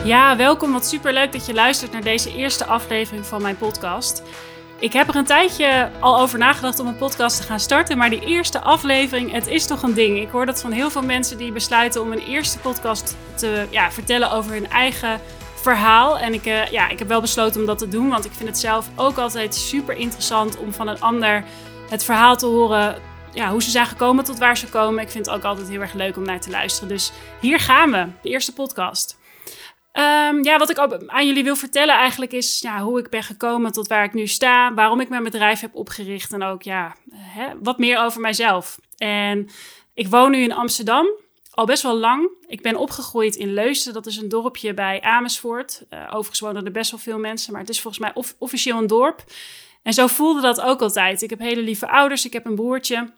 Ja, welkom. Wat superleuk dat je luistert naar deze eerste aflevering van mijn podcast. Ik heb er een tijdje al over nagedacht om een podcast te gaan starten, maar die eerste aflevering, het is toch een ding. Ik hoor dat van heel veel mensen die besluiten om een eerste podcast te vertellen over hun eigen verhaal. En ik heb wel besloten om dat te doen, want ik vind het zelf ook altijd super interessant om van een ander het verhaal te horen. Ja, hoe ze zijn gekomen tot waar ze komen. Ik vind het ook altijd heel erg leuk om naar te luisteren. Dus hier gaan we, de eerste podcast. Wat ik aan jullie wil vertellen eigenlijk is hoe ik ben gekomen tot waar ik nu sta. Waarom ik mijn bedrijf heb opgericht en ook wat meer over mijzelf. En ik woon nu in Amsterdam, al best wel lang. Ik ben opgegroeid in Leusden, dat is een dorpje bij Amersfoort. Overigens wonen er best wel veel mensen, maar het is volgens mij officieel een dorp. En zo voelde dat ook altijd. Ik heb hele lieve ouders, ik heb een broertje.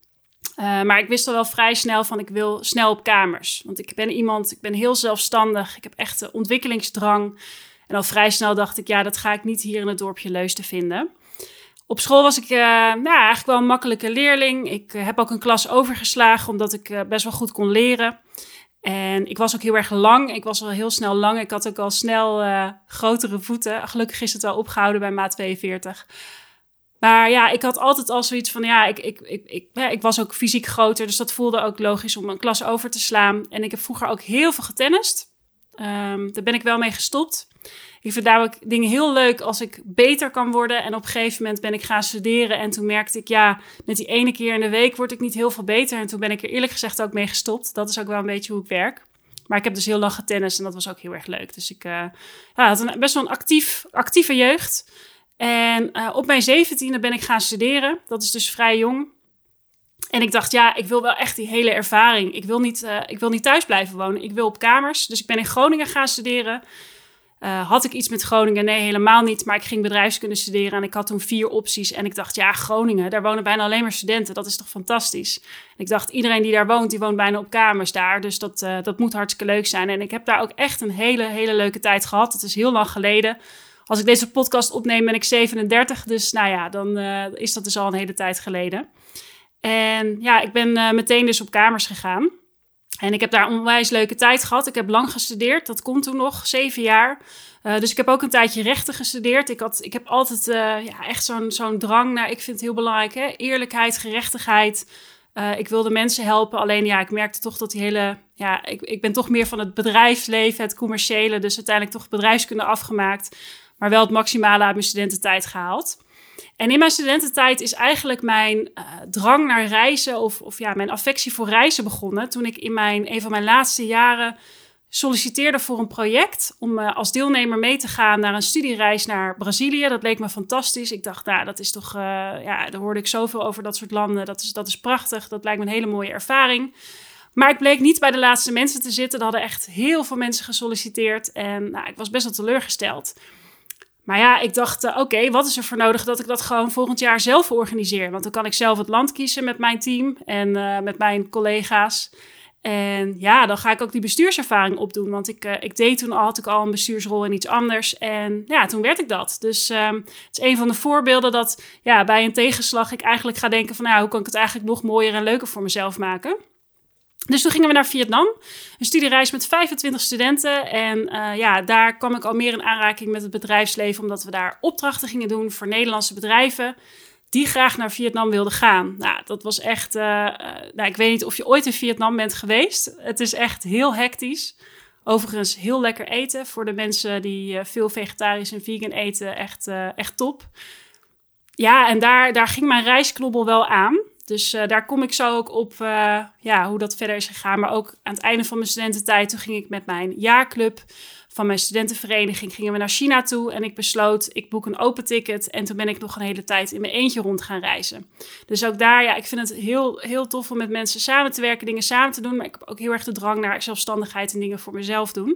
Maar ik wist al wel vrij snel van ik wil snel op kamers. Want ik ben heel zelfstandig. Ik heb echt de ontwikkelingsdrang. En al vrij snel dacht ik, dat ga ik niet hier in het dorpje Leusden vinden. Op school was ik eigenlijk wel een makkelijke leerling. Ik heb ook een klas overgeslagen omdat ik best wel goed kon leren. En ik was ook heel erg lang. Ik was al heel snel lang. Ik had ook al snel grotere voeten. Gelukkig is het wel opgehouden bij maat 42. Maar ik had altijd al zoiets van, ik was ook fysiek groter. Dus dat voelde ook logisch om een klas over te slaan. En ik heb vroeger ook heel veel getennist. Daar ben ik wel mee gestopt. Ik vind daar ook dingen heel leuk als ik beter kan worden. En op een gegeven moment ben ik gaan studeren. En toen merkte ik, met die ene keer in de week word ik niet heel veel beter. En toen ben ik er eerlijk gezegd ook mee gestopt. Dat is ook wel een beetje hoe ik werk. Maar ik heb dus heel lang getennist en dat was ook heel erg leuk. Dus ik had best wel een actieve jeugd. En op mijn 17e ben ik gaan studeren. Dat is dus vrij jong. En ik dacht, ik wil wel echt die hele ervaring. Ik wil niet thuis blijven wonen. Ik wil op kamers. Dus ik ben in Groningen gaan studeren. Had ik iets met Groningen? Nee, helemaal niet. Maar ik ging bedrijfskunde studeren en ik had toen 4 opties. En ik dacht, Groningen, daar wonen bijna alleen maar studenten. Dat is toch fantastisch? En ik dacht, iedereen die daar woont, die woont bijna op kamers daar. Dus dat moet hartstikke leuk zijn. En ik heb daar ook echt een hele, hele leuke tijd gehad. Het is heel lang geleden. Als ik deze podcast opneem ben ik 37, dus dan is dat dus al een hele tijd geleden. En ik ben meteen dus op kamers gegaan. En ik heb daar een onwijs leuke tijd gehad. Ik heb lang gestudeerd, dat kon toen nog, 7 jaar. Dus ik heb ook een tijdje rechten gestudeerd. Ik heb altijd echt zo'n drang naar, ik vind het heel belangrijk, eerlijkheid, gerechtigheid. Ik wilde mensen helpen, alleen ik merkte toch dat die hele... ik ben toch meer van het bedrijfsleven, het commerciële, dus uiteindelijk toch bedrijfskunde afgemaakt. Maar wel het maximale uit mijn studententijd gehaald. En in mijn studententijd is eigenlijk mijn drang naar reizen of mijn affectie voor reizen begonnen. Toen ik in een van mijn laatste jaren solliciteerde voor een project om als deelnemer mee te gaan naar een studiereis naar Brazilië. Dat leek me fantastisch. Ik dacht, dat is toch, daar hoorde ik zoveel over dat soort landen. Dat is prachtig. Dat lijkt me een hele mooie ervaring. Maar ik bleek niet bij de laatste mensen te zitten. Er hadden echt heel veel mensen gesolliciteerd. En ik was best wel teleurgesteld. Maar ik dacht, oké, wat is er voor nodig dat ik dat gewoon volgend jaar zelf organiseer? Want dan kan ik zelf het land kiezen met mijn team en met mijn collega's. En dan ga ik ook die bestuurservaring opdoen. Want ik deed toen had ik al een bestuursrol in iets anders. En toen werd ik dat. Dus het is een van de voorbeelden dat bij een tegenslag ik eigenlijk ga denken van... hoe kan ik het eigenlijk nog mooier en leuker voor mezelf maken? Dus toen gingen we naar Vietnam, een studiereis met 25 studenten. En daar kwam ik al meer in aanraking met het bedrijfsleven... omdat we daar opdrachten gingen doen voor Nederlandse bedrijven... die graag naar Vietnam wilden gaan. Dat was echt... ik weet niet of je ooit in Vietnam bent geweest. Het is echt heel hectisch. Overigens heel lekker eten. Voor de mensen die veel vegetarisch en vegan eten, echt top. En daar ging mijn reisknobbel wel aan... Dus daar kom ik zo ook op hoe dat verder is gegaan. Maar ook aan het einde van mijn studententijd... toen ging ik met mijn jaarclub van mijn studentenvereniging... gingen we naar China toe en ik besloot... ik boek een open ticket en toen ben ik nog een hele tijd... in mijn eentje rond gaan reizen. Dus ook daar, ik vind het heel, heel tof om met mensen samen te werken... dingen samen te doen. Maar ik heb ook heel erg de drang naar zelfstandigheid... en dingen voor mezelf doen.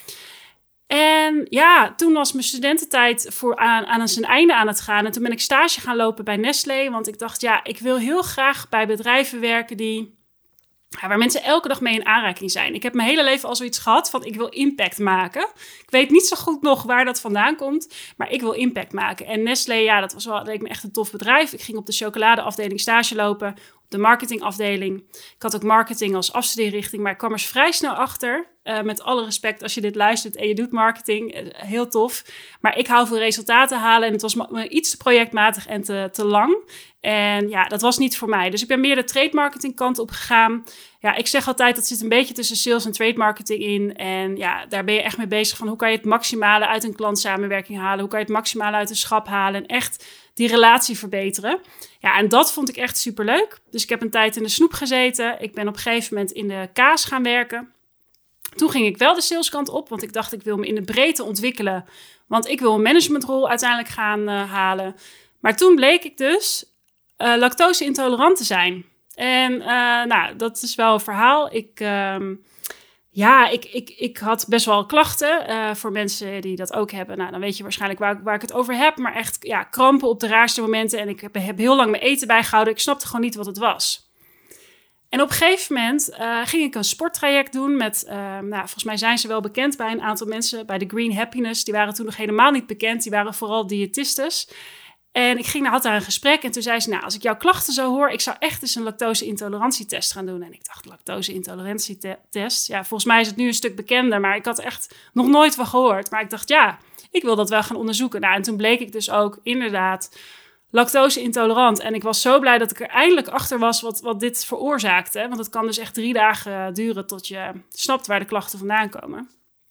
En toen was mijn studententijd aan zijn einde aan het gaan. En toen ben ik stage gaan lopen bij Nestlé. Want ik dacht, ik wil heel graag bij bedrijven werken waar mensen elke dag mee in aanraking zijn. Ik heb mijn hele leven al zoiets gehad van ik wil impact maken. Ik weet niet zo goed nog waar dat vandaan komt, maar ik wil impact maken. En Nestlé, dat leek me echt een tof bedrijf. Ik ging op de chocoladeafdeling stage lopen. Op de marketingafdeling. Ik had ook marketing als afstudeerrichting, maar ik kwam er vrij snel achter. Met alle respect, als je dit luistert en je doet marketing, heel tof. Maar ik hou van resultaten halen en het was me iets te projectmatig en te lang. En ja, dat was niet voor mij. Dus ik ben meer de trade marketing kant op gegaan. Ja, ik zeg altijd, dat zit een beetje tussen sales en trade marketing in. En ja, daar ben je echt mee bezig van hoe kan je het maximale uit een klantsamenwerking halen? Hoe kan je het maximale uit een schap halen? En echt die relatie verbeteren. Ja, en dat vond ik echt superleuk. Dus ik heb een tijd in de snoep gezeten. Ik ben op een gegeven moment in de kaas gaan werken. Toen ging ik wel de saleskant op, want ik dacht ik wil me in de breedte ontwikkelen. Want ik wil een managementrol uiteindelijk gaan halen. Maar toen bleek ik dus lactose-intolerant te zijn. En nou, dat is wel een verhaal. Ik had best wel klachten voor mensen die dat ook hebben. Nou, dan weet je waarschijnlijk waar ik het over heb. Maar echt krampen op de raarste momenten. En ik heb heel lang mijn eten bijgehouden. Ik snapte gewoon niet wat het was. En op een gegeven moment ging ik een sporttraject doen met, volgens mij zijn ze wel bekend bij een aantal mensen, bij de Green Happiness. Die waren toen nog helemaal niet bekend, die waren vooral diëtistes. En ik had daar een gesprek en toen zei ze, nou, als ik jouw klachten zo hoor, ik zou echt eens een lactose-intolerantietest gaan doen. En ik dacht, lactose-intolerantietest? Ja, volgens mij is het nu een stuk bekender, maar ik had er echt nog nooit van gehoord. Maar ik dacht, ja, ik wil dat wel gaan onderzoeken. Nou, en toen bleek ik dus ook inderdaad lactose-intolerant. En ik was zo blij dat ik er eindelijk achter was wat dit veroorzaakte. Want het kan dus echt 3 dagen duren tot je snapt waar de klachten vandaan komen.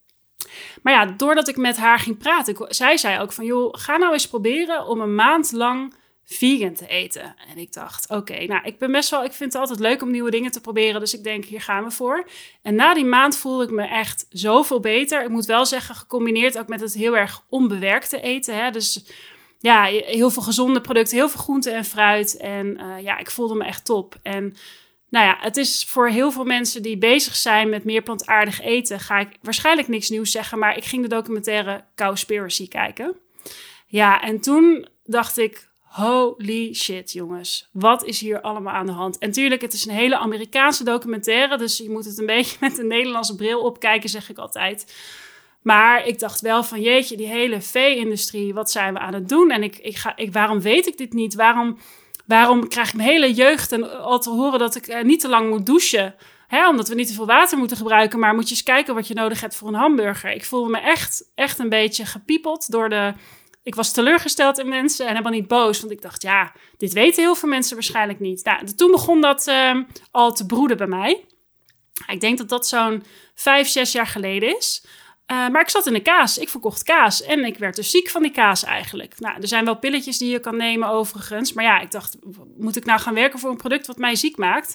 Maar ja, doordat ik met haar ging praten, zij zei ook van, joh, ga nou eens proberen om een maand lang vegan te eten. En ik dacht, oké, ik vind het altijd leuk om nieuwe dingen te proberen. Dus ik denk, hier gaan we voor. En na die maand voelde ik me echt zoveel beter. Ik moet wel zeggen, gecombineerd ook met het heel erg onbewerkte eten. Hè? Dus ja, heel veel gezonde producten, heel veel groente en fruit. En ik voelde me echt top. En nou ja, het is voor heel veel mensen die bezig zijn met meer plantaardig eten, ga ik waarschijnlijk niks nieuws zeggen, maar ik ging de documentaire Cowspiracy kijken. Ja, en toen dacht ik, holy shit jongens, wat is hier allemaal aan de hand? En tuurlijk, het is een hele Amerikaanse documentaire, dus je moet het een beetje met een Nederlandse bril opkijken, zeg ik altijd. Maar ik dacht wel van jeetje, die hele vee-industrie, wat zijn we aan het doen? En waarom weet ik dit niet? Waarom krijg ik mijn hele jeugd en al te horen dat ik niet te lang moet douchen? Omdat we niet te veel water moeten gebruiken. Maar moet je eens kijken wat je nodig hebt voor een hamburger. Ik voelde me echt een beetje gepiepeld ik was teleurgesteld in mensen en helemaal niet boos. Want ik dacht, ja, dit weten heel veel mensen waarschijnlijk niet. Nou, toen begon dat al te broeden bij mij. Ik denk dat dat zo'n 5-6 jaar geleden is. Maar ik zat in de kaas. Ik verkocht kaas. En ik werd dus ziek van die kaas eigenlijk. Nou, er zijn wel pilletjes die je kan nemen overigens. Maar ja, ik dacht, moet ik nou gaan werken voor een product wat mij ziek maakt?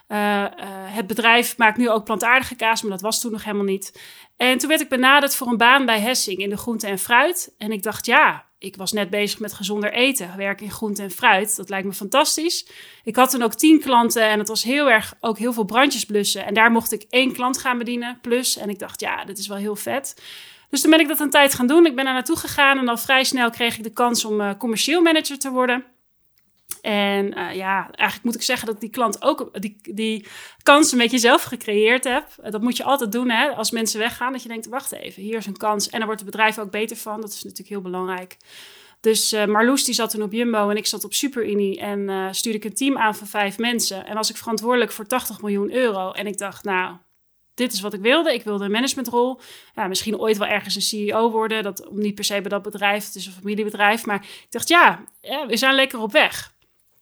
Het bedrijf maakt nu ook plantaardige kaas, maar dat was toen nog helemaal niet. En toen werd ik benaderd voor een baan bij Hessing in de groente en fruit. En ik dacht, ja, ik was net bezig met gezonder eten. Werken in groente en fruit, dat lijkt me fantastisch. Ik had toen ook 10 klanten en het was ook heel veel brandjes blussen. En daar mocht ik 1 klant gaan bedienen, plus. En ik dacht, ja, dit is wel heel vet. Dus toen ben ik dat een tijd gaan doen. Ik ben daar naartoe gegaan en al vrij snel kreeg ik de kans om commercieel manager te worden. En eigenlijk moet ik zeggen dat die klant ook die kans een beetje zelf gecreëerd heb. Dat moet je altijd doen, hè, als mensen weggaan. Dat je denkt, wacht even, hier is een kans. En daar wordt het bedrijf ook beter van. Dat is natuurlijk heel belangrijk. Dus Marloes die zat toen op Jumbo en ik zat op SuperUnie. En stuurde ik een team aan van 5 mensen. En was ik verantwoordelijk voor 80 miljoen euro. En ik dacht, nou, dit is wat ik wilde. Ik wilde een managementrol. Ja, misschien ooit wel ergens een CEO worden. Niet per se bij dat bedrijf, het is een familiebedrijf. Maar ik dacht, ja, we zijn lekker op weg.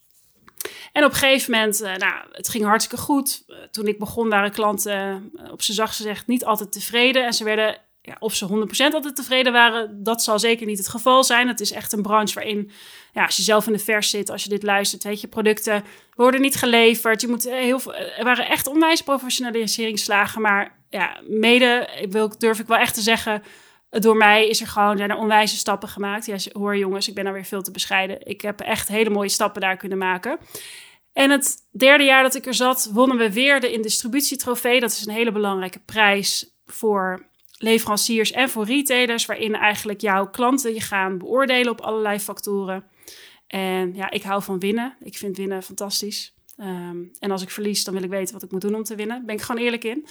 En op een gegeven moment, het ging hartstikke goed. Toen ik begon waren klanten, op z'n zacht gezegd, niet altijd tevreden. En ze werden, of ze 100% altijd tevreden waren, dat zal zeker niet het geval zijn. Het is echt een branche waarin, als je zelf in de vers zit, als je dit luistert, weet je, producten worden niet geleverd. Er waren echt onwijs professionaliseringsslagen. Maar ja, durf ik wel echt te zeggen, door mij zijn er onwijze stappen gemaakt. Ja, hoor jongens, ik ben nou weer veel te bescheiden. Ik heb echt hele mooie stappen daar kunnen maken. En het 3e jaar dat ik er zat, wonnen we weer de Indistributietrofee. Dat is een hele belangrijke prijs voor leveranciers en voor retailers, waarin eigenlijk jouw klanten je gaan beoordelen op allerlei factoren. En ja, ik hou van winnen. Ik vind winnen fantastisch. En als ik verlies, dan wil ik weten wat ik moet doen om te winnen. Daar ben ik gewoon eerlijk in.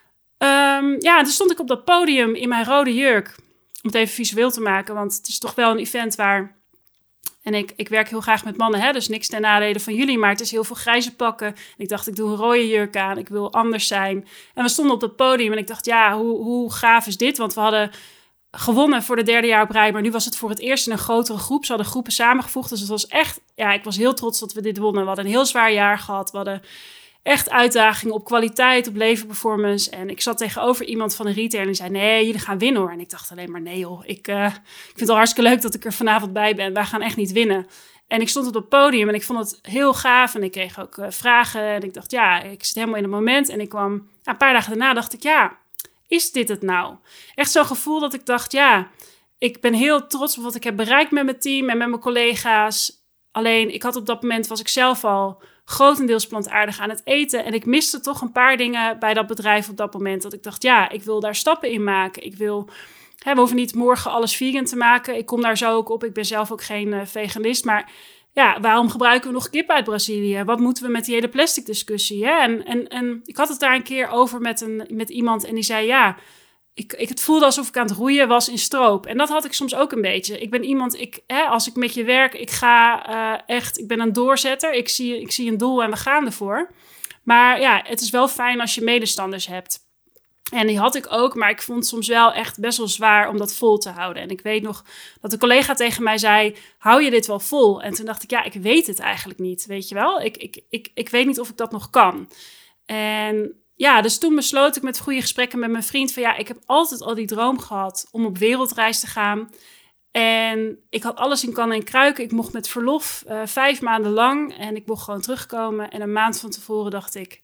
Toen stond ik op dat podium in mijn rode jurk. Om het even visueel te maken, want het is toch wel een event waar En ik werk heel graag met mannen, dus niks ten nadele van jullie. Maar het is heel veel grijze pakken. En ik dacht, ik doe een rode jurk aan. Ik wil anders zijn. En we stonden op het podium en ik dacht, ja, hoe gaaf is dit? Want we hadden gewonnen voor de 3e jaar op rij. Maar nu was het voor het eerst in een grotere groep. Ze hadden groepen samengevoegd. Dus het was echt, ik was heel trots dat we dit wonnen. We hadden een heel zwaar jaar gehad. We hadden echt uitdagingen op kwaliteit, op leverperformance. En ik zat tegenover iemand van een retailer en die zei, nee, jullie gaan winnen hoor. En ik dacht alleen maar, nee joh, ik vind het al hartstikke leuk dat ik er vanavond bij ben. Wij gaan echt niet winnen. En ik stond op het podium en ik vond het heel gaaf. En ik kreeg ook vragen. En ik dacht, ik zit helemaal in het moment. En ik kwam, een paar dagen daarna dacht ik, is dit het nou? Echt zo'n gevoel dat ik dacht, ik ben heel trots op wat ik heb bereikt met mijn team en met mijn collega's. Alleen, ik had op dat moment, was ik zelf al grotendeels plantaardig aan het eten. En ik miste toch een paar dingen bij dat bedrijf op dat moment. Dat ik dacht, ik wil daar stappen in maken. We hoeven niet morgen alles vegan te maken. Ik kom daar zo ook op. Ik ben zelf ook geen veganist. Maar waarom gebruiken we nog kip uit Brazilië? Wat moeten we met die hele plastic discussie? Hè? En ik had het daar een keer over met iemand en die zei, het voelde alsof ik aan het roeien was in stroop. En dat had ik soms ook een beetje. Ik ben iemand, als ik met je werk, ik ben een doorzetter. Ik zie een doel en we gaan ervoor. Maar het is wel fijn als je medestanders hebt. En die had ik ook, maar ik vond het soms wel echt best wel zwaar om dat vol te houden. En ik weet nog dat een collega tegen mij zei, hou je dit wel vol? En toen dacht ik, ik weet het eigenlijk niet, weet je wel. Ik weet niet of ik dat nog kan. En dus toen besloot ik met goede gesprekken met mijn vriend van ik heb altijd al die droom gehad om op wereldreis te gaan. En ik had alles in kannen en kruiken. Ik mocht met verlof 5 maanden lang en ik mocht gewoon terugkomen. En een maand van tevoren dacht ik,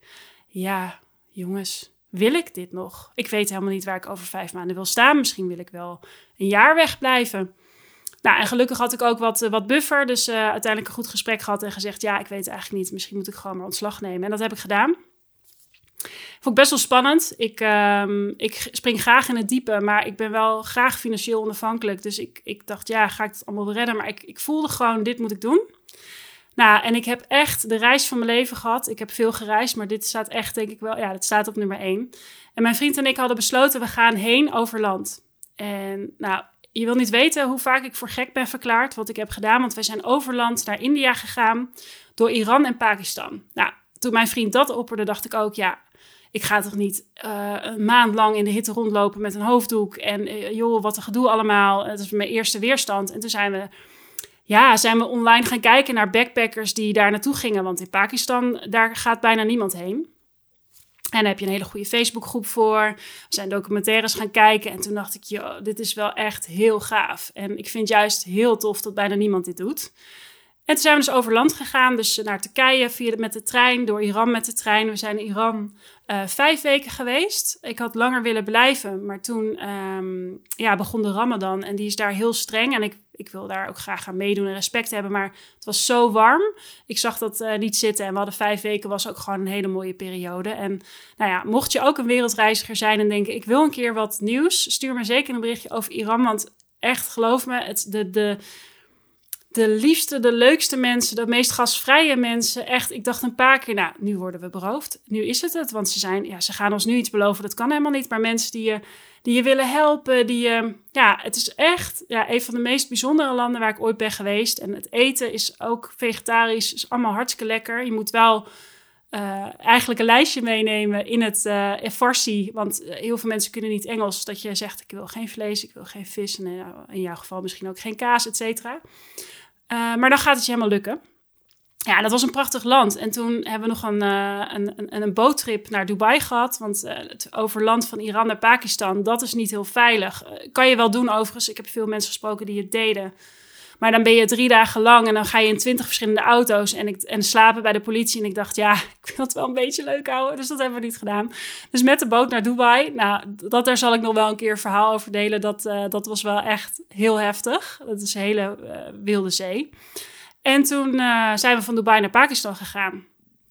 jongens, wil ik dit nog? Ik weet helemaal niet waar ik over 5 maanden wil staan. Misschien wil ik wel een jaar wegblijven. Nou, en gelukkig had ik ook wat buffer. Dus uiteindelijk een goed gesprek gehad en gezegd, ik weet het eigenlijk niet. Misschien moet ik gewoon maar ontslag nemen. En dat heb ik gedaan. Vond ik best wel spannend. Ik spring graag in het diepe, maar ik ben wel graag financieel onafhankelijk. Dus ik dacht, ga ik het allemaal redden? Maar ik voelde gewoon, dit moet ik doen. Nou, en ik heb echt de reis van mijn leven gehad. Ik heb veel gereisd, maar dit staat echt, denk ik wel, dit staat op nummer 1. En mijn vriend en ik hadden besloten, we gaan heen over land. En nou, je wil niet weten hoe vaak ik voor gek ben verklaard wat ik heb gedaan. Want wij zijn over land naar India gegaan, door Iran en Pakistan. Nou, toen mijn vriend dat opperde, dacht ik ook, ik ga toch niet een maand lang in de hitte rondlopen met een hoofddoek. En wat een gedoe allemaal. Het is mijn eerste weerstand. En toen zijn we online gaan kijken naar backpackers die daar naartoe gingen. Want in Pakistan, daar gaat bijna niemand heen. En daar heb je een hele goede Facebookgroep voor. We zijn documentaires gaan kijken. En toen dacht ik, dit is wel echt heel gaaf. En ik vind juist heel tof dat bijna niemand dit doet. En toen zijn we dus over land gegaan, dus naar Turkije met de trein, door Iran met de trein. We zijn in Iran 5 weken geweest. Ik had langer willen blijven, maar toen begon de Ramadan en die is daar heel streng. En ik wil daar ook graag aan meedoen en respect hebben, maar het was zo warm. Ik zag dat niet zitten en we hadden 5 weken, was ook gewoon een hele mooie periode. En mocht je ook een wereldreiziger zijn en denken, ik wil een keer wat nieuws, stuur me zeker een berichtje over Iran, want echt, geloof me, de liefste, de leukste mensen, de meest gastvrije mensen. Echt, ik dacht een paar keer, nu worden we beroofd. Nu is het. Want ze gaan ons nu iets beloven. Dat kan helemaal niet. Maar mensen die je willen helpen. Het is echt een van de meest bijzondere landen waar ik ooit ben geweest. En het eten is ook vegetarisch. Is allemaal hartstikke lekker. Je moet wel eigenlijk een lijstje meenemen in het Farsi. Want heel veel mensen kunnen niet Engels. Dat je zegt, ik wil geen vlees, ik wil geen vis. En in jouw geval misschien ook geen kaas, et cetera. Maar dan gaat het je helemaal lukken. Ja, dat was een prachtig land. En toen hebben we nog een boottrip naar Dubai gehad. Want het overland van Iran naar Pakistan, dat is niet heel veilig. Kan je wel doen overigens. Ik heb veel mensen gesproken die het deden. Maar dan ben je 3 dagen lang en dan ga je in 20 verschillende auto's en slapen bij de politie. En ik dacht, ik wil het wel een beetje leuk houden. Dus dat hebben we niet gedaan. Dus met de boot naar Dubai. Nou, daar zal ik nog wel een keer een verhaal over delen. Dat was wel echt heel heftig. Dat is een hele wilde zee. En toen zijn we van Dubai naar Pakistan gegaan.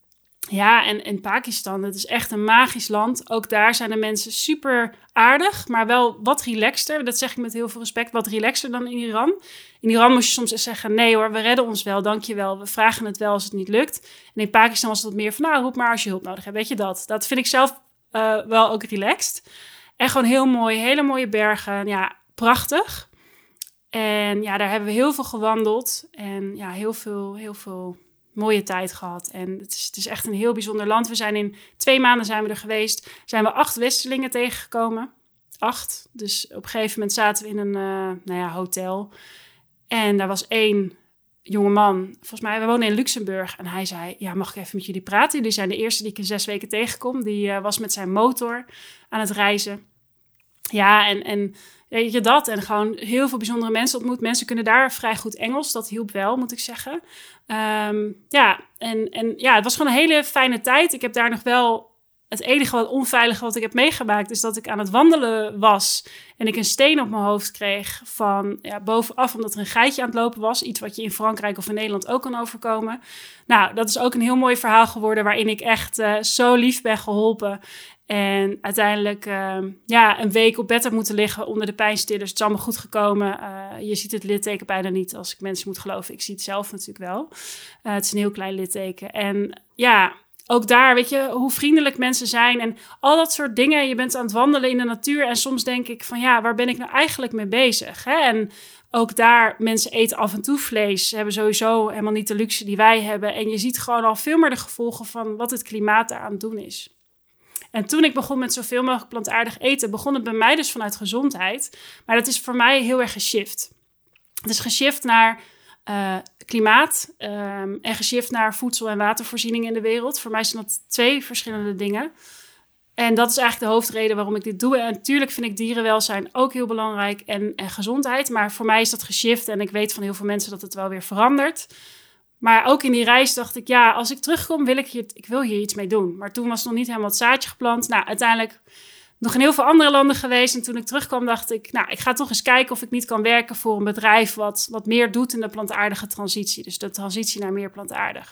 Ja, en in Pakistan, het is echt een magisch land. Ook daar zijn de mensen super aardig, maar wel wat relaxter. Dat zeg ik met heel veel respect, wat relaxter dan in Iran. In Iran moest je soms eens zeggen, nee hoor, we redden ons wel, dankjewel. We vragen het wel als het niet lukt. En in Pakistan was het wat meer van, roep maar als je hulp nodig hebt. Weet je dat? Dat vind ik zelf wel ook relaxed. En gewoon heel mooi, hele mooie bergen. Ja, prachtig. En ja, daar hebben we heel veel gewandeld. En ja, heel veel mooie tijd gehad. En het is echt een heel bijzonder land. We zijn in 2 maanden zijn we er geweest. Zijn we 8 Westelingen tegengekomen. 8. Dus op een gegeven moment zaten we in een hotel. En daar was 1 jongeman. Volgens mij, we wonen in Luxemburg. En hij zei, ja, mag ik even met jullie praten? Jullie zijn de eerste die ik in 6 weken tegenkom. Die was met zijn motor aan het reizen. Ja, en weet je dat? En gewoon heel veel bijzondere mensen ontmoet. Mensen kunnen daar vrij goed Engels. Dat hielp wel, moet ik zeggen. Het was gewoon een hele fijne tijd. Ik heb daar nog wel... Het enige wat onveilige wat ik heb meegemaakt... is dat ik aan het wandelen was... en ik een steen op mijn hoofd kreeg van bovenaf... omdat er een geitje aan het lopen was. Iets wat je in Frankrijk of in Nederland ook kan overkomen. Nou, dat is ook een heel mooi verhaal geworden... waarin ik echt zo lief ben geholpen... En uiteindelijk een week op bed heb moeten liggen onder de pijnstillers. Het is allemaal goed gekomen. Je ziet het litteken bijna niet als ik mensen moet geloven. Ik zie het zelf natuurlijk wel. Het is een heel klein litteken. En ja, ook daar, weet je, hoe vriendelijk mensen zijn. En al dat soort dingen. Je bent aan het wandelen in de natuur. En soms denk ik van ja, waar ben ik nou eigenlijk mee bezig? Hè? En ook daar, mensen eten af en toe vlees. Ze hebben sowieso helemaal niet de luxe die wij hebben. En je ziet gewoon al veel meer de gevolgen van wat het klimaat daar aan het doen is. En toen ik begon met zoveel mogelijk plantaardig eten... begon het bij mij dus vanuit gezondheid. Maar dat is voor mij heel erg geshift. Het is geshift naar klimaat... en geshift naar voedsel- en watervoorziening in de wereld. Voor mij zijn dat 2 verschillende dingen. En dat is eigenlijk de hoofdreden waarom ik dit doe. En natuurlijk vind ik dierenwelzijn ook heel belangrijk en gezondheid. Maar voor mij is dat geshift. En ik weet van heel veel mensen dat het wel weer verandert... Maar ook in die reis dacht ik, ja, als ik terugkom, ik wil hier iets mee doen. Maar toen was nog niet helemaal het zaadje geplant. Nou, uiteindelijk nog in heel veel andere landen geweest. En toen ik terugkwam, dacht ik, nou, ik ga toch eens kijken of ik niet kan werken voor een bedrijf wat meer doet in de plantaardige transitie. Dus de transitie naar meer plantaardig.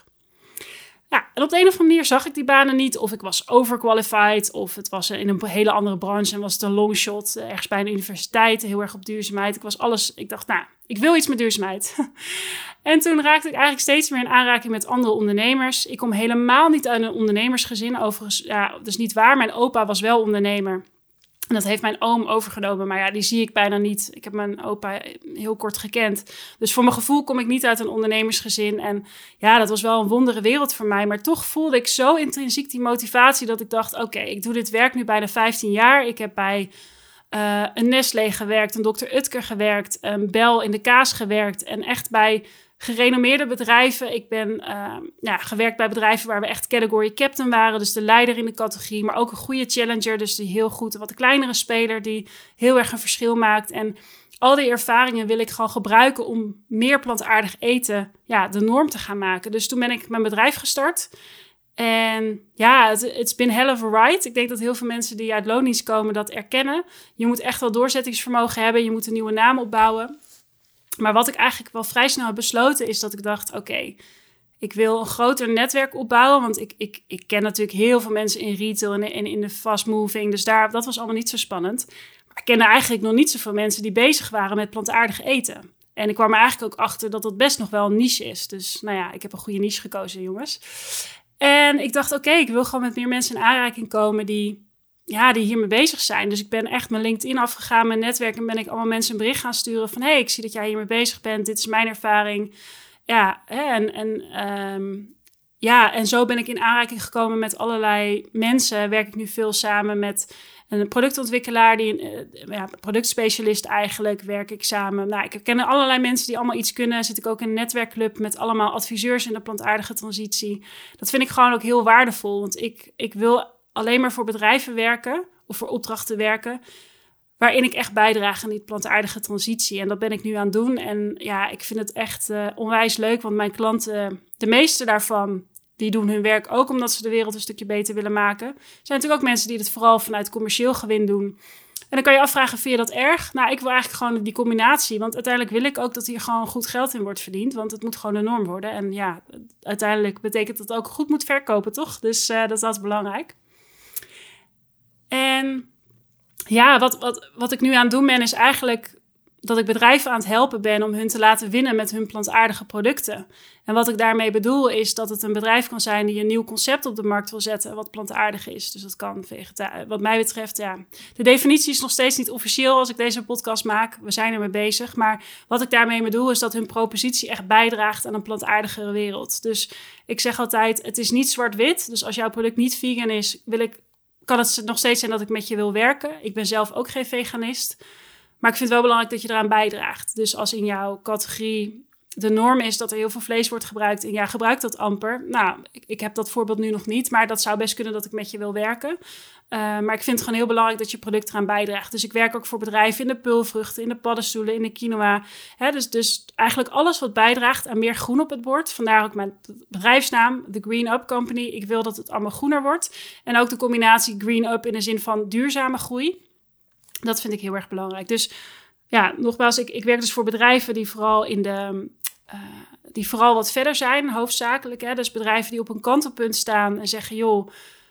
Ja, en op de een of andere manier zag ik die banen niet. Of ik was overqualified, of het was in een hele andere branche en was het een longshot. Ergens bij een universiteit, heel erg op duurzaamheid. Ik dacht, nou, ik wil iets met duurzaamheid. En toen raakte ik eigenlijk steeds meer in aanraking met andere ondernemers. Ik kom helemaal niet uit een ondernemersgezin. Overigens, ja, dat is niet waar. Mijn opa was wel ondernemer. En dat heeft mijn oom overgenomen. Maar ja, die zie ik bijna niet. Ik heb mijn opa heel kort gekend. Dus voor mijn gevoel kom ik niet uit een ondernemersgezin. En ja, dat was wel een wondere wereld voor mij. Maar toch voelde ik zo intrinsiek die motivatie dat ik dacht... Oké, ik doe dit werk nu bijna 15 jaar. Ik heb bij een Nestlé gewerkt, een Dr. Utker gewerkt... een Bel in de kaas gewerkt en echt bij... gerenommeerde bedrijven. Ik ben gewerkt bij bedrijven waar we echt category captain waren. Dus de leider in de categorie. Maar ook een goede challenger. Dus die heel goed, een wat kleinere speler die heel erg een verschil maakt. En al die ervaringen wil ik gewoon gebruiken om meer plantaardig eten de norm te gaan maken. Dus toen ben ik mijn bedrijf gestart. En ja, it's been hell of a ride. Ik denk dat heel veel mensen die uit loondienst komen dat erkennen. Je moet echt wel doorzettingsvermogen hebben. Je moet een nieuwe naam opbouwen. Maar wat ik eigenlijk wel vrij snel heb besloten is dat ik dacht... Oké, ik wil een groter netwerk opbouwen. Want ik ken natuurlijk heel veel mensen in retail en in de fast moving. Dus dat was allemaal niet zo spannend. Maar ik kende eigenlijk nog niet zoveel mensen die bezig waren met plantaardig eten. En ik kwam er eigenlijk ook achter dat dat best nog wel een niche is. Dus nou ja, ik heb een goede niche gekozen, jongens. En ik dacht, oké, ik wil gewoon met meer mensen in aanraking komen die hiermee bezig zijn. Dus ik ben echt mijn LinkedIn afgegaan, mijn netwerk... en ben ik allemaal mensen een bericht gaan sturen van... hey, ik zie dat jij hiermee bezig bent, dit is mijn ervaring. Ja, en zo ben ik in aanraking gekomen met allerlei mensen. Werk ik nu veel samen met een productontwikkelaar... productspecialist eigenlijk, werk ik samen. Nou, ik ken allerlei mensen die allemaal iets kunnen. Zit ik ook in een netwerkclub met allemaal adviseurs in de plantaardige transitie. Dat vind ik gewoon ook heel waardevol, want ik wil... alleen maar voor bedrijven werken of voor opdrachten werken... waarin ik echt bijdraag aan die plantaardige transitie. En dat ben ik nu aan het doen. En ja, ik vind het echt onwijs leuk, want mijn klanten... de meeste daarvan, die doen hun werk ook... omdat ze de wereld een stukje beter willen maken. Er zijn natuurlijk ook mensen die het vooral vanuit commercieel gewin doen. En dan kan je afvragen, vind je dat erg? Nou, ik wil eigenlijk gewoon die combinatie. Want uiteindelijk wil ik ook dat hier gewoon goed geld in wordt verdiend. Want het moet gewoon de norm worden. En ja, uiteindelijk betekent dat ook goed moet verkopen, toch? Dus dat is belangrijk. En ja, wat ik nu aan het doen ben, is eigenlijk dat ik bedrijven aan het helpen ben om hun te laten winnen met hun plantaardige producten. En wat ik daarmee bedoel is dat het een bedrijf kan zijn die een nieuw concept op de markt wil zetten wat plantaardig is. Dus dat kan wat mij betreft, ja. De definitie is nog steeds niet officieel als ik deze podcast maak. We zijn ermee bezig. Maar wat ik daarmee bedoel is dat hun propositie echt bijdraagt aan een plantaardigere wereld. Dus ik zeg altijd, het is niet zwart-wit. Dus als jouw product niet vegan is, kan het nog steeds zijn dat ik met je wil werken. Ik ben zelf ook geen veganist. Maar ik vind het wel belangrijk dat je eraan bijdraagt. Dus als in jouw categorie de norm is dat er heel veel vlees wordt gebruikt en jij gebruikt dat amper. Nou, ik heb dat voorbeeld nu nog niet, maar dat zou best kunnen dat ik met je wil werken. Maar ik vind het gewoon heel belangrijk dat je product eraan bijdraagt. Dus ik werk ook voor bedrijven in de peulvruchten, in de paddenstoelen, in de quinoa. Dus eigenlijk alles wat bijdraagt aan meer groen op het bord. Vandaar ook mijn bedrijfsnaam, The Green Up Company. Ik wil dat het allemaal groener wordt. En ook de combinatie Green Up in de zin van duurzame groei. Dat vind ik heel erg belangrijk. Dus ja, nogmaals, ik werk dus voor bedrijven die vooral wat verder zijn, hoofdzakelijk. Hè? Dus bedrijven die op een kantelpunt staan en zeggen, joh,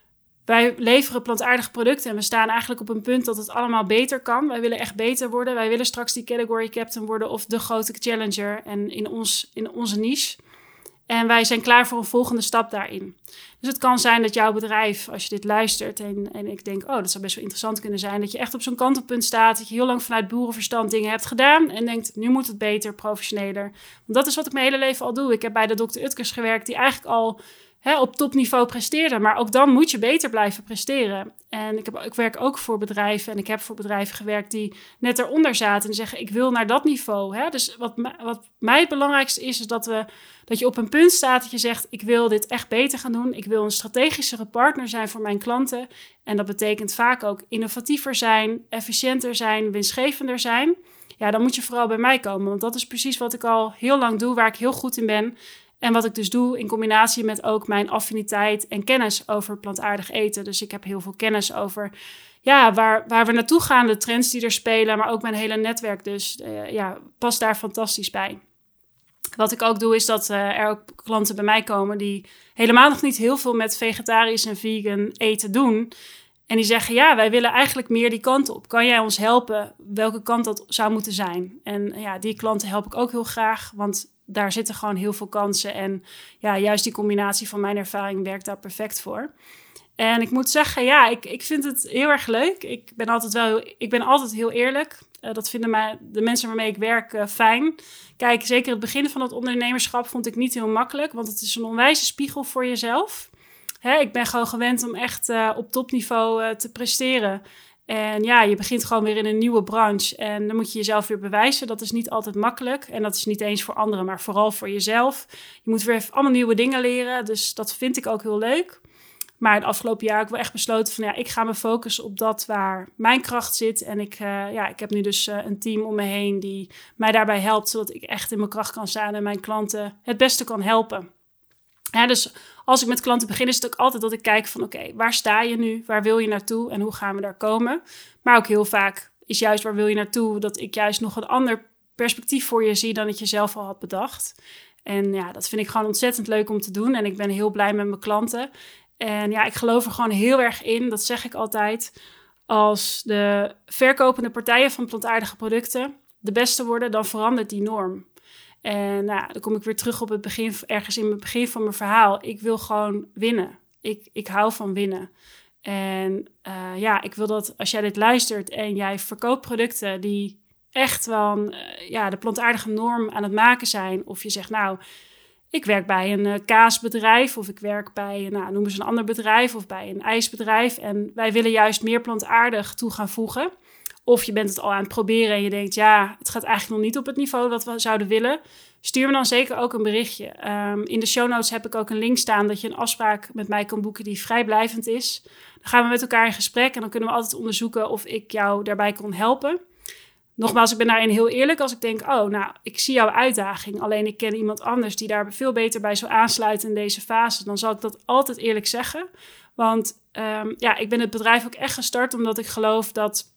wij leveren plantaardige producten en we staan eigenlijk op een punt dat het allemaal beter kan. Wij willen echt beter worden. Wij willen straks die category captain worden of de grote challenger en in onze niche. En wij zijn klaar voor een volgende stap daarin. Dus het kan zijn dat jouw bedrijf, als je dit luistert en ik denk, dat zou best wel interessant kunnen zijn, dat je echt op zo'n kantelpunt staat, dat je heel lang vanuit boerenverstand dingen hebt gedaan en denkt, nu moet het beter, professioneler. Want dat is wat ik mijn hele leven al doe. Ik heb bij de Dr. Utgers gewerkt, die eigenlijk al op topniveau presteerde. Maar ook dan moet je beter blijven presteren. En ik werk ook voor bedrijven en ik heb voor bedrijven gewerkt die net eronder zaten en zeggen, ik wil naar dat niveau. Hè? Dus wat mij het belangrijkste is dat je op een punt staat dat je zegt, ik wil dit echt beter gaan doen. Ik wil een strategischere partner zijn voor mijn klanten. En dat betekent vaak ook innovatiever zijn, efficiënter zijn, winstgevender zijn. Ja, dan moet je vooral bij mij komen. Want dat is precies wat ik al heel lang doe, waar ik heel goed in ben. En wat ik dus doe in combinatie met ook mijn affiniteit en kennis over plantaardig eten. Dus ik heb heel veel kennis over waar we naartoe gaan, de trends die er spelen, maar ook mijn hele netwerk dus past daar fantastisch bij. Wat ik ook doe is dat er ook klanten bij mij komen die helemaal nog niet heel veel met vegetarisch en vegan eten doen. En die zeggen, wij willen eigenlijk meer die kant op. Kan jij ons helpen welke kant dat zou moeten zijn? En die klanten help ik ook heel graag, want daar zitten gewoon heel veel kansen. En juist die combinatie van mijn ervaring werkt daar perfect voor. En ik moet zeggen, ik vind het heel erg leuk. Ik ben altijd heel eerlijk. Dat vinden de mensen waarmee ik werk fijn. Kijk, zeker het begin van het ondernemerschap vond ik niet heel makkelijk. Want het is een onwijze spiegel voor jezelf. Ik ben gewoon gewend om echt op topniveau te presteren. En je begint gewoon weer in een nieuwe branche. En dan moet je jezelf weer bewijzen. Dat is niet altijd makkelijk. En dat is niet eens voor anderen, maar vooral voor jezelf. Je moet weer allemaal nieuwe dingen leren. Dus dat vind ik ook heel leuk. Maar het afgelopen jaar heb ik wel echt besloten van ik ga me focussen op dat waar mijn kracht zit. En ik heb nu dus een team om me heen die mij daarbij helpt. Zodat ik echt in mijn kracht kan staan en mijn klanten het beste kan helpen. Dus als ik met klanten begin is het ook altijd dat ik kijk van waar sta je nu? Waar wil je naartoe? En hoe gaan we daar komen? Maar ook heel vaak is juist waar wil je naartoe dat ik juist nog een ander perspectief voor je zie dan dat je zelf al had bedacht. En dat vind ik gewoon ontzettend leuk om te doen. En ik ben heel blij met mijn klanten. En ik geloof er gewoon heel erg in, dat zeg ik altijd. Als de verkopende partijen van plantaardige producten de beste worden, dan verandert die norm. En dan kom ik weer terug op het begin, ergens in het begin van mijn verhaal. Ik wil gewoon winnen. Ik hou van winnen. En ik wil dat als jij dit luistert en jij verkoopt producten die echt wel de plantaardige norm aan het maken zijn. Of je zegt, ik werk bij een kaasbedrijf of ik werk bij, noem eens een ander bedrijf of bij een ijsbedrijf. En wij willen juist meer plantaardig toe gaan voegen. Of je bent het al aan het proberen en je denkt, het gaat eigenlijk nog niet op het niveau dat we zouden willen. Stuur me dan zeker ook een berichtje. In de show notes heb ik ook een link staan dat je een afspraak met mij kan boeken die vrijblijvend is. Dan gaan we met elkaar in gesprek en dan kunnen we altijd onderzoeken of ik jou daarbij kan helpen. Nogmaals, ik ben daarin heel eerlijk als ik denk, ik zie jouw uitdaging. Alleen ik ken iemand anders die daar veel beter bij zou aansluiten in deze fase. Dan zal ik dat altijd eerlijk zeggen. Want ik ben het bedrijf ook echt gestart omdat ik geloof dat,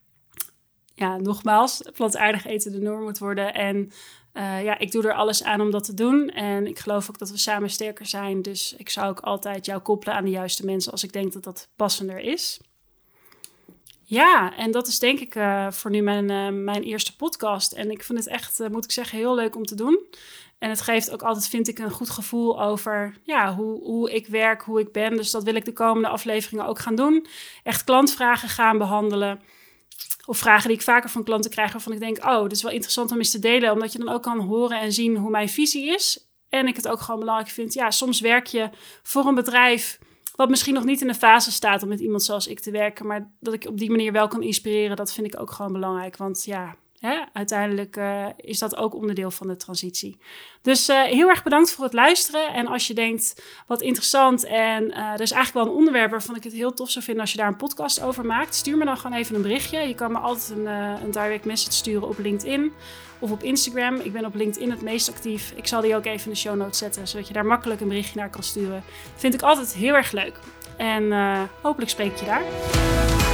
nogmaals, plantaardig eten de norm moet worden. En ik doe er alles aan om dat te doen. En ik geloof ook dat we samen sterker zijn. Dus ik zou ook altijd jou koppelen aan de juiste mensen als ik denk dat dat passender is. Ja, en dat is denk ik voor nu mijn eerste podcast. En ik vind het echt, moet ik zeggen, heel leuk om te doen. En het geeft ook altijd, vind ik, een goed gevoel over hoe ik werk, hoe ik ben. Dus dat wil ik de komende afleveringen ook gaan doen. Echt klantvragen gaan behandelen. Of vragen die ik vaker van klanten krijg, waarvan ik denk, dit is wel interessant om eens te delen. Omdat je dan ook kan horen en zien hoe mijn visie is. En ik het ook gewoon belangrijk vind. Soms werk je voor een bedrijf wat misschien nog niet in de fase staat om met iemand zoals ik te werken. Maar dat ik op die manier wel kan inspireren, dat vind ik ook gewoon belangrijk. Want uiteindelijk is dat ook onderdeel van de transitie. Dus heel erg bedankt voor het luisteren. En als je denkt, wat interessant en er is eigenlijk wel een onderwerp waarvan ik het heel tof zou vinden als je daar een podcast over maakt, stuur me dan gewoon even een berichtje. Je kan me altijd een direct message sturen op LinkedIn of op Instagram. Ik ben op LinkedIn het meest actief. Ik zal die ook even in de show notes zetten, zodat je daar makkelijk een berichtje naar kan sturen. Vind ik altijd heel erg leuk. En hopelijk spreek ik je daar.